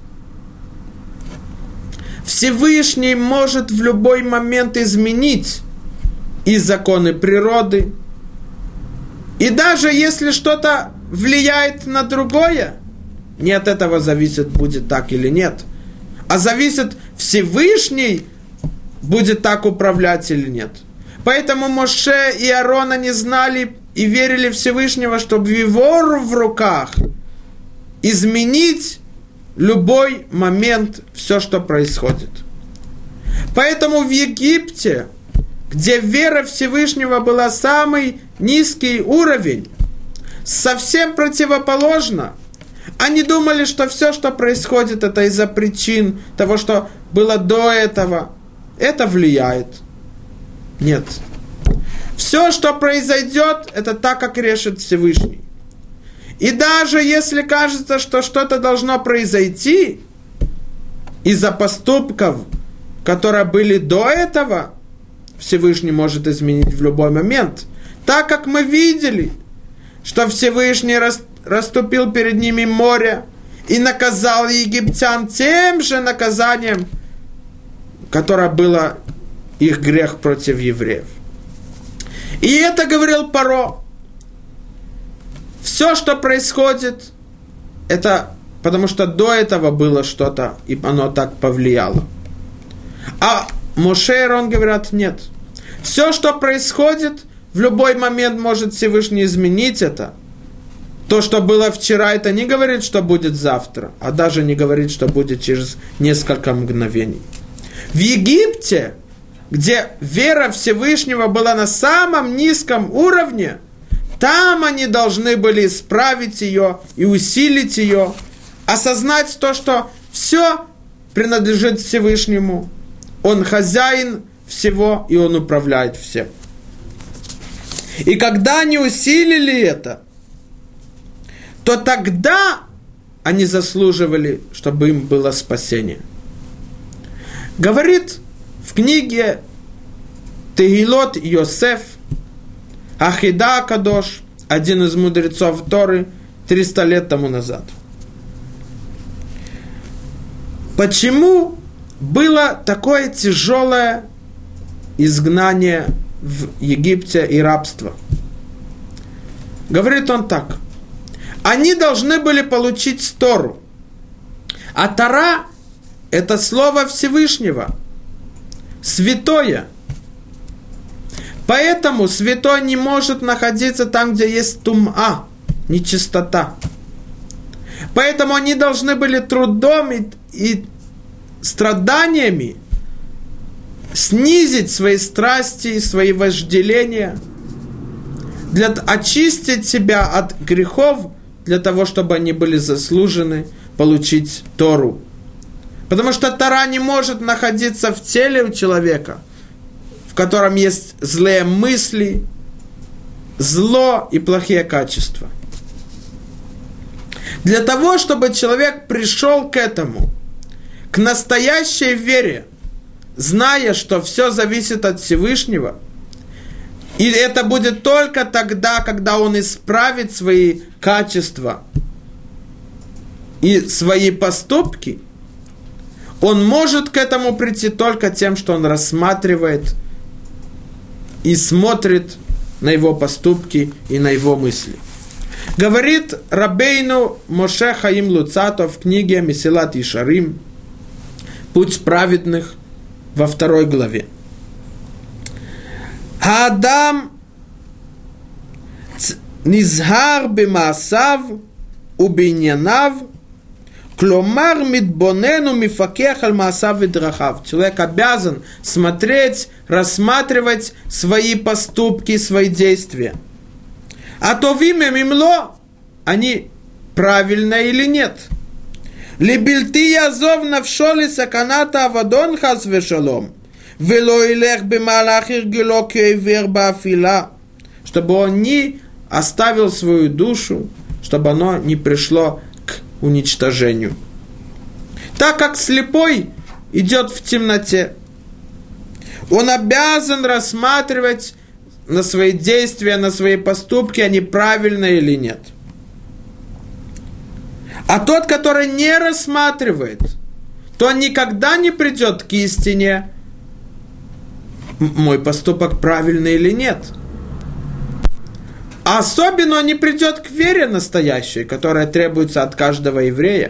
Всевышний может в любой момент изменить и законы природы. И даже если что-то влияет на другое, не от этого зависит, будет так или нет. А зависит, Всевышний будет так управлять или нет. Поэтому Моше и Аарона не знали и верили Всевышнего, чтобы в его в руках изменить любой момент все, что происходит. Поэтому в Египте, где вера Всевышнего была самый низкий уровень, совсем противоположно. Они думали, что все, что происходит, это из-за причин того, что было до этого. Это влияет. Нет. Все, что произойдет, это так, как решит Всевышний. И даже если кажется, что что-то должно произойти из-за поступков, которые были до этого, Всевышний может изменить в любой момент. Так как мы видели, что Всевышний расступил перед ними море и наказал египтян тем же наказанием, которое было их грех против евреев. И это говорил Паро. Все, что происходит, это потому что до этого было что-то, и оно так повлияло. А Моше и Аарон говорят, нет. Все, что происходит, в любой момент может Всевышний изменить это. То, что было вчера, это не говорит, что будет завтра, а даже не говорит, что будет через несколько мгновений. В Египте, где вера Всевышнего была на самом низком уровне, там они должны были исправить ее и усилить ее, осознать то, что все принадлежит Всевышнему. Он хозяин всего, и он управляет всем. И когда они усилили это, то тогда они заслуживали, чтобы им было спасение. Говорит в книге Тегилот Йосеф Ахида Кадош, один из мудрецов Торы, триста лет тому назад. Почему было такое тяжелое изгнания в Египте и рабства. Говорит он так. Они должны были получить Тору. А Тора – это слово Всевышнего. Святое. Поэтому святой не может находиться там, где есть тума, нечистота. Поэтому они должны были трудом и, и страданиями снизить свои страсти и свои вожделения, для, очистить себя от грехов, для того, чтобы они были заслужены получить Тору. Потому что Тора не может находиться в теле у человека, в котором есть злые мысли, зло и плохие качества. Для того, чтобы человек пришел к этому, к настоящей вере, зная, что все зависит от Всевышнего, и это будет только тогда, когда он исправит свои качества и свои поступки, он может к этому прийти только тем, что он рассматривает и смотрит на его поступки и на его мысли. Говорит Рабейну Моше Хаим Луцато в книге Месилат Ешарим «Путь праведных» во второй главе. Хаадам низхар бимаасав убиньянав кломар митбонену мифакех аль маасав видрахав. Человек обязан смотреть, рассматривать свои поступки, свои действия. А то вимя мимло, они правильно или нет. Либильти язов навшоли саканата авадон хас вешалом. Вело илех бималах иргило кевер бафила. Чтобы он не оставил свою душу, чтобы оно не пришло к уничтожению. Так как слепой идет в темноте, он обязан рассматривать на свои действия, на свои поступки, они правильные или нет. А тот, который не рассматривает, то он никогда не придет к истине, мой поступок правильный или нет. А особенно он не придет к вере настоящей, которая требуется от каждого еврея.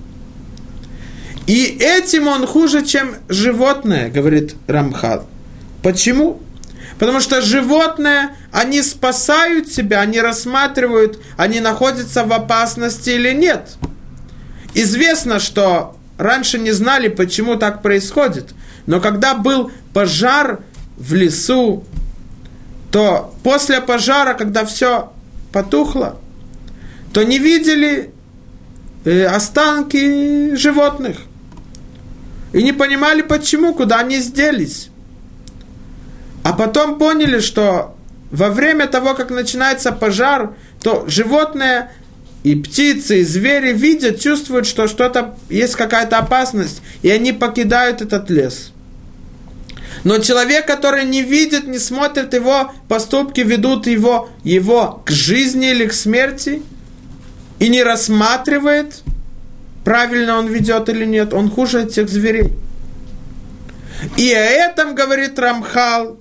И этим он хуже, чем животное, говорит Рамхал. Почему? Потому что животные, они спасают себя, они рассматривают, они находятся в опасности или нет. Известно, что раньше не знали, почему так происходит. Но когда был пожар в лесу, то после пожара, когда все потухло, то не видели э, останки животных. И не понимали, почему, куда они делись. А потом поняли, что во время того, как начинается пожар, то животные и птицы, и звери видят, чувствуют, что что-то, есть какая-то опасность, и они покидают этот лес. Но человек, который не видит, не смотрит, его поступки ведут его, его к жизни или к смерти, и не рассматривает, правильно он ведет или нет, он хуже этих зверей. И о этом, говорит Рамхал,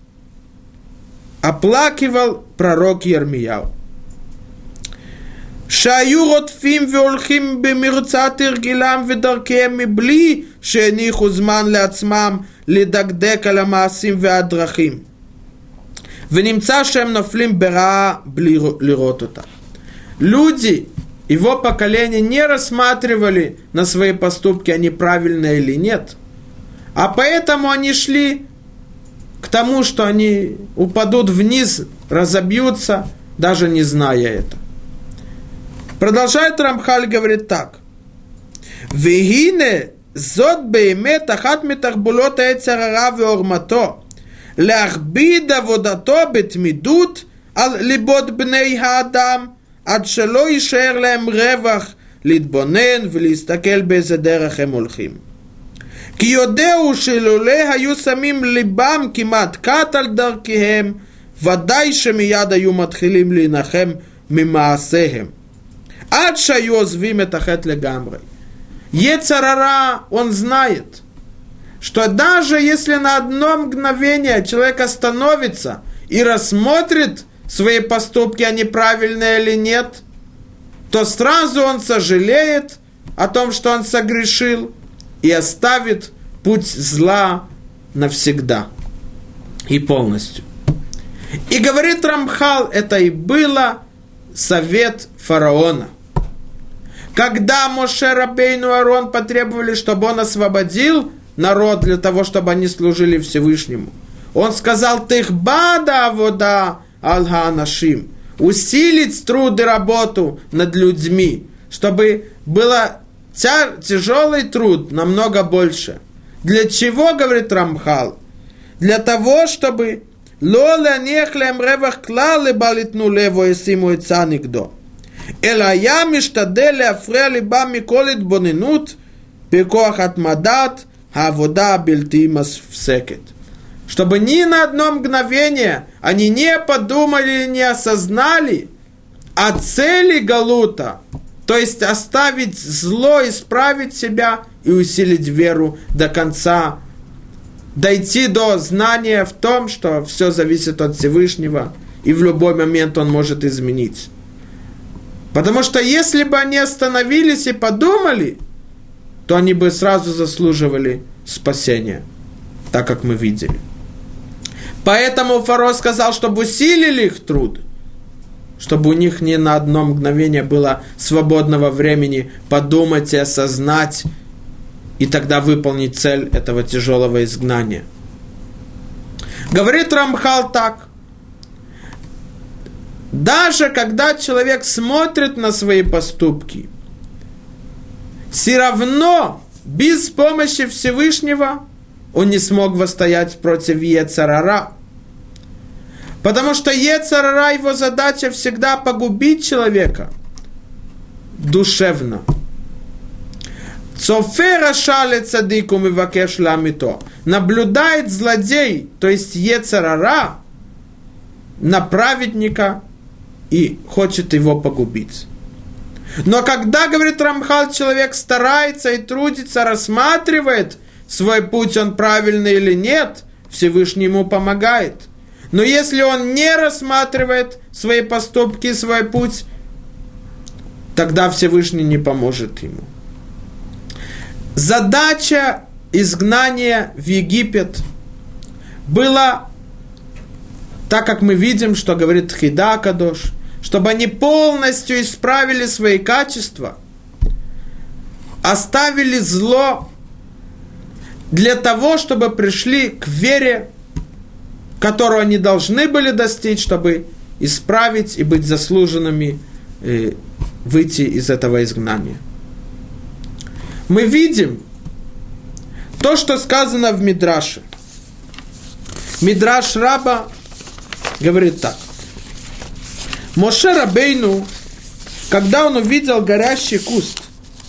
оплакивал пророк Йирмияу. שהיו רודפים והולכים במרצת הרגילם ודרכיהם מבלי שהניחו זמן לעצמם לדקדק על המעשים והדרכים. ונמצא שהם נופלים ברעה בלי לראות אותה. Люди, его поколение, не рассматривали на свои поступки, они правильные или нет. А поэтому они шли к тому, что они упадут вниз, разобьются, даже не зная это. Продолжает Рамхаль, говорит так. «Вегине зот беймет ахат метахбулот эцер ара веормато, להכביד עבודתו בתמידות על ליבות בני האדם, עד שלא יישאר להם רווח להתבונן ולהסתכל באיזה דרך הם הולכים. כי יודעו שלולא היו שמים ליבם כמעט קט על דרכיהם, ודאי שמיד היו מתחילים להנחם ממעשיהם. עד שהיו עוזבים את החטא לגמרי». Ецер ара, он знает, что даже если на одно мгновение человек остановится и рассмотрит свои поступки, они правильные или нет, то сразу он сожалеет о том, что он согрешил, и оставит путь зла навсегда и полностью. И говорит Рамхал, это и было совет фараона. Когда Моше Рабейну и Аарон потребовали, чтобы он освободил народ для того, чтобы они служили Всевышнему, он сказал: «Тихбада авода аль-ха-анашим», усилить труд и работу над людьми, чтобы было тя- тяжелый труд намного больше. Для чего, говорит Рамхал? Для того, чтобы «Ло ланех лем ревах клал лебалитну лево есиму эца нигдо». אלא היה משתדל להפריע ליבם מכל התבוננות בכוח התמדת העבודה הבלתי מפסקת. Чтобы ни на одно мгновение они не подумали, не осознали о цели галута, то есть оставить зло, исправить себя и усилить веру до конца, дойти до знания в том, что все зависит от Всевышнего, и в любой момент он может изменить. Потому что если бы они остановились и подумали, то они бы сразу заслуживали спасения, так как мы видели. Поэтому фараон сказал, чтобы усилили их труд, чтобы у них ни на одно мгновение было свободного времени подумать и осознать, и тогда выполнить цель этого тяжелого изгнания. Говорит Рамхал так: даже когда человек смотрит на свои поступки, все равно без помощи Всевышнего он не смог восстоять против йецер ара. Потому что йецер ара, его задача всегда погубить человека душевно. Наблюдает злодей, то есть йецер ара, на праведника и хочет его погубить. Но когда, говорит Рамхал, человек старается и трудится, рассматривает свой путь, он правильный или нет, Всевышний ему помогает. Но если он не рассматривает свои поступки, свой путь, тогда Всевышний не поможет ему. Задача изгнания в Египет была, так как мы видим, что говорит Хида Кадош, чтобы они полностью исправили свои качества, оставили зло для того, чтобы пришли к вере, которую они должны были достичь, чтобы исправить и быть заслуженными, э, выйти из этого изгнания. Мы видим то, что сказано в Мидраше. Мидраш Раба говорит так. Моше Рабейну, когда он увидел горящий куст,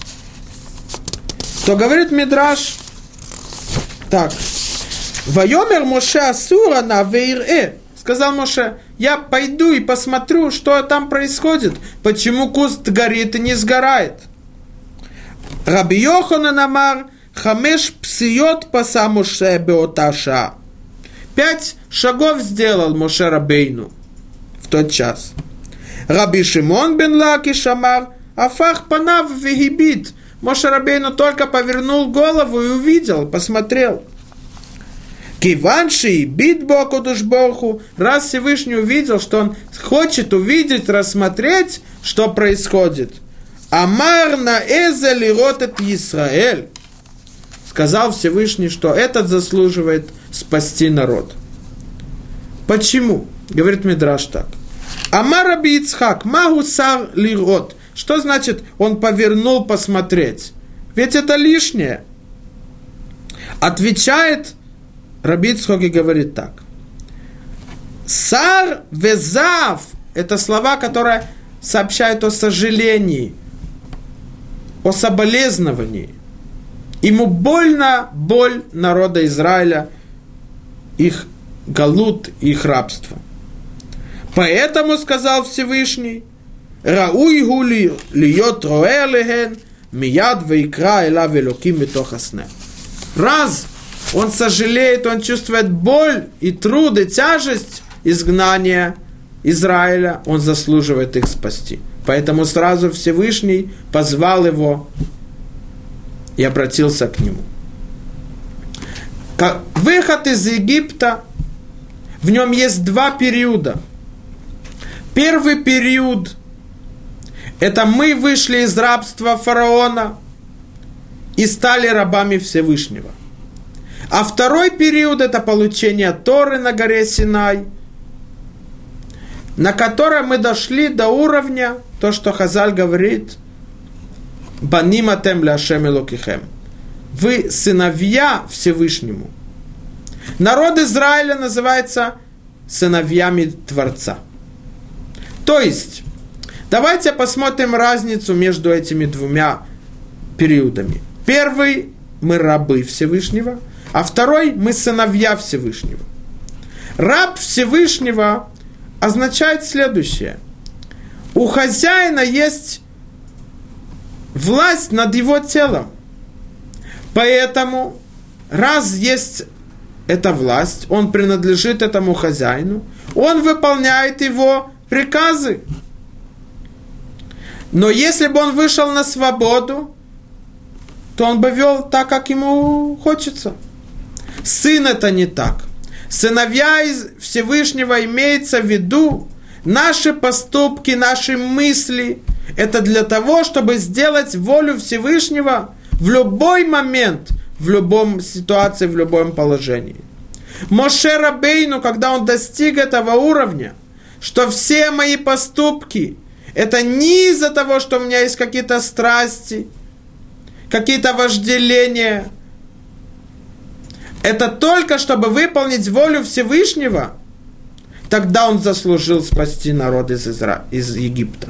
то говорит Мидраш так: «Вайомер Моше асура на вейрэ». Сказал Моше: я пойду и посмотрю, что там происходит, почему куст горит и не сгорает. Раби Йоханан амар хамеш псиот паса Моше беота ша. Пять шагов сделал Моше Рабейну в тот час. Раби Шимон бен Лакиш амар афах панав вегибит. Моше Рабейну только повернул голову и увидел, посмотрел. Киванши бит боку душбоху. Раз Всевышний увидел, что он хочет увидеть, рассмотреть, что происходит. Амар на эзе лирот эт Исраэль. Сказал Всевышний, что этот заслуживает спасти народ. Почему? Говорит Мидраш так. Амар Раби Ицхак, магу сар лирот. Что значит он повернул посмотреть? Ведь это лишнее. Отвечает Раби Ицхак и говорит так. Сар везав – это слова, которые сообщают о сожалении, о соболезновании. Ему больно боль народа Израиля, их галут, их рабство. Поэтому, сказал Всевышний, «Рауй гули льет роэ леген, мияд вейкра элав элоким митох асне». Раз он сожалеет, он чувствует боль и труд, и тяжесть изгнания Израиля, он заслуживает их спасти. Поэтому сразу Всевышний позвал его и обратился к нему. Выход из Египта, в нем есть два периода. Первый период – это мы вышли из рабства фараона и стали рабами Всевышнего. А второй период – это получение Торы на горе Синай, на котором мы дошли до уровня, то, что Хазаль говорит, «Баним атем ляшем элокихем». Вы сыновья Всевышнему. Народ Израиля называется сыновьями Творца. То есть, давайте посмотрим разницу между этими двумя периодами. Первый – мы рабы Всевышнего, а второй – мы сыновья Всевышнего. Раб Всевышнего означает следующее. У хозяина есть власть над его телом. Поэтому, раз есть эта власть, он принадлежит этому хозяину, он выполняет его приказы. Но если бы он вышел на свободу, то он бы вел так, как ему хочется. Сын это не так. Сыновья из Всевышнего имеется в виду наши поступки, наши мысли. Это для того, чтобы сделать волю Всевышнего в любой момент, в любом ситуации, в любом положении. Моше Рабейну, когда он достиг этого уровня, что все мои поступки, это не из-за того, что у меня есть какие-то страсти, какие-то вожделения, это только чтобы выполнить волю Всевышнего, тогда он заслужил спасти народ из, Изра... из Египта.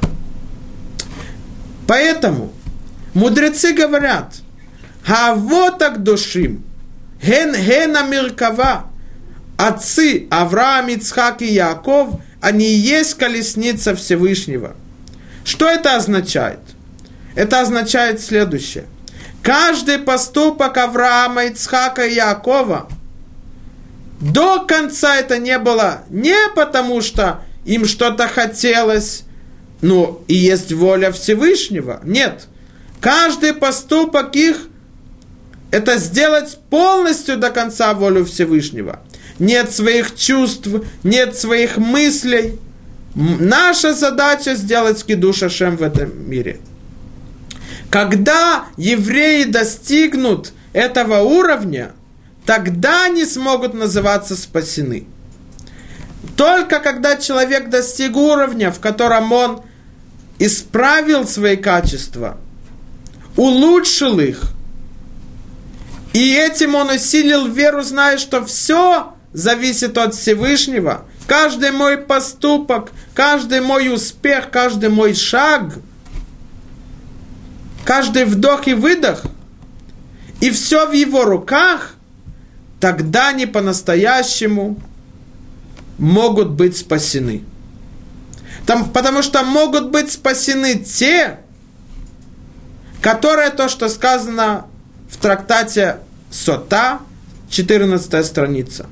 Поэтому мудрецы говорят, «Хавот агдошим, ген ген амиркава, отцы Авраам, Ицхак и Яаков, они и есть колесница Всевышнего». Что это означает? Это означает следующее. Каждый поступок Авраама, Ицхака и Яакова, до конца это не было не потому, что им что-то хотелось, ну, и есть воля Всевышнего. Нет. Каждый поступок их – это сделать полностью до конца волю Всевышнего. Нет своих чувств, нет своих мыслей. Наша задача – сделать кидуш Ашем в этом мире. Когда евреи достигнут этого уровня, тогда они смогут называться спасены. Только когда человек достиг уровня, в котором он исправил свои качества, улучшил их, и этим он усилил веру, зная, что все зависит от Всевышнего, каждый мой поступок, каждый мой успех, каждый мой шаг, каждый вдох и выдох, и все в его руках, тогда они по-настоящему могут быть спасены. Там, потому что могут быть спасены те, которые, то, что сказано в трактате Сота, четырнадцатая страница.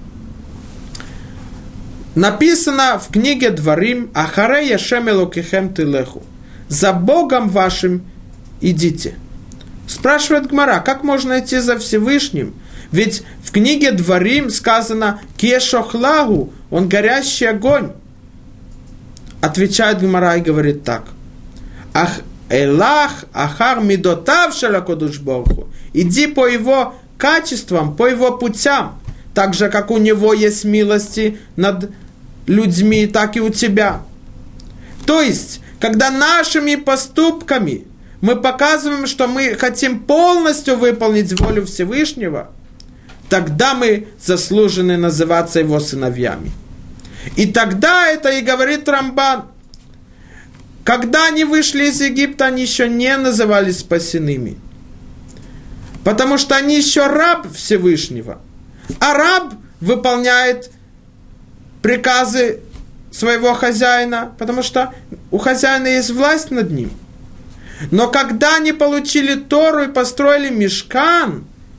Написано в книге Дворим «Ахаре яшем элокихем тилеху». «За Богом вашим идите». Спрашивает Гмара, как можно идти за Всевышним? Ведь в книге Дворим сказано «Кешохлагу», он горящий огонь. Отвечает Гмара и говорит так. «Ах элах ахар мидотав шалакодуш борху». Иди по его качествам, по его путям. Так же, как у него есть милости над людьми, так и у тебя. То есть, когда нашими поступками мы показываем, что мы хотим полностью выполнить волю Всевышнего, тогда мы заслужены называться его сыновьями. И тогда это и говорит Рамбан. Когда они вышли из Египта, они еще не назывались спасенными. Потому что они еще раб Всевышнего. А раб выполняет приказы своего хозяина, потому что у хозяина есть власть над ним. Но когда они получили Тору и построили мишкан,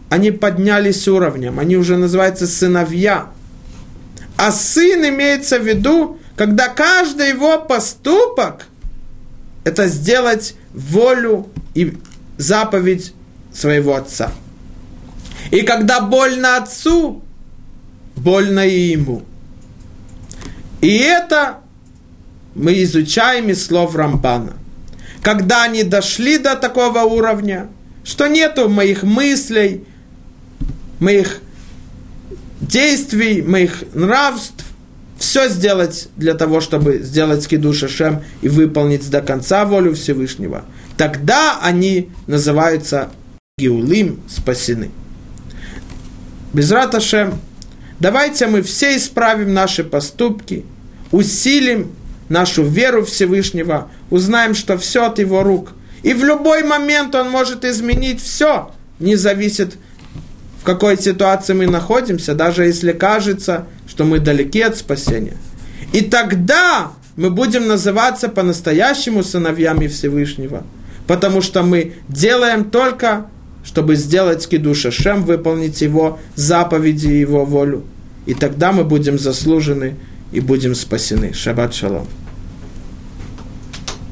они поднялись уровнем, они уже называются сыновья. А сын имеется в виду, когда каждый его поступок – это сделать волю и заповедь своего отца. И когда больно отцу, больно и ему. И это мы изучаем из слов Рамбана. Когда они дошли до такого уровня, что нету моих мыслей, моих действий, моих нравств, все сделать для того, чтобы сделать кидуш Ашем и выполнить до конца волю Всевышнего, тогда они называются геулим, спасены. Безрат Ашем, давайте мы все исправим наши поступки, усилим нашу веру Всевышнего, узнаем, что все от Его рук. И в любой момент Он может изменить все, не зависит, в какой ситуации мы находимся, даже если кажется, что мы далеки от спасения. И тогда мы будем называться по-настоящему сыновьями Всевышнего, потому что мы делаем только, чтобы сделать кидуш Ашем, выполнить Его заповеди и Его волю. И тогда мы будем заслужены и будем спасены. Шаббат шалом.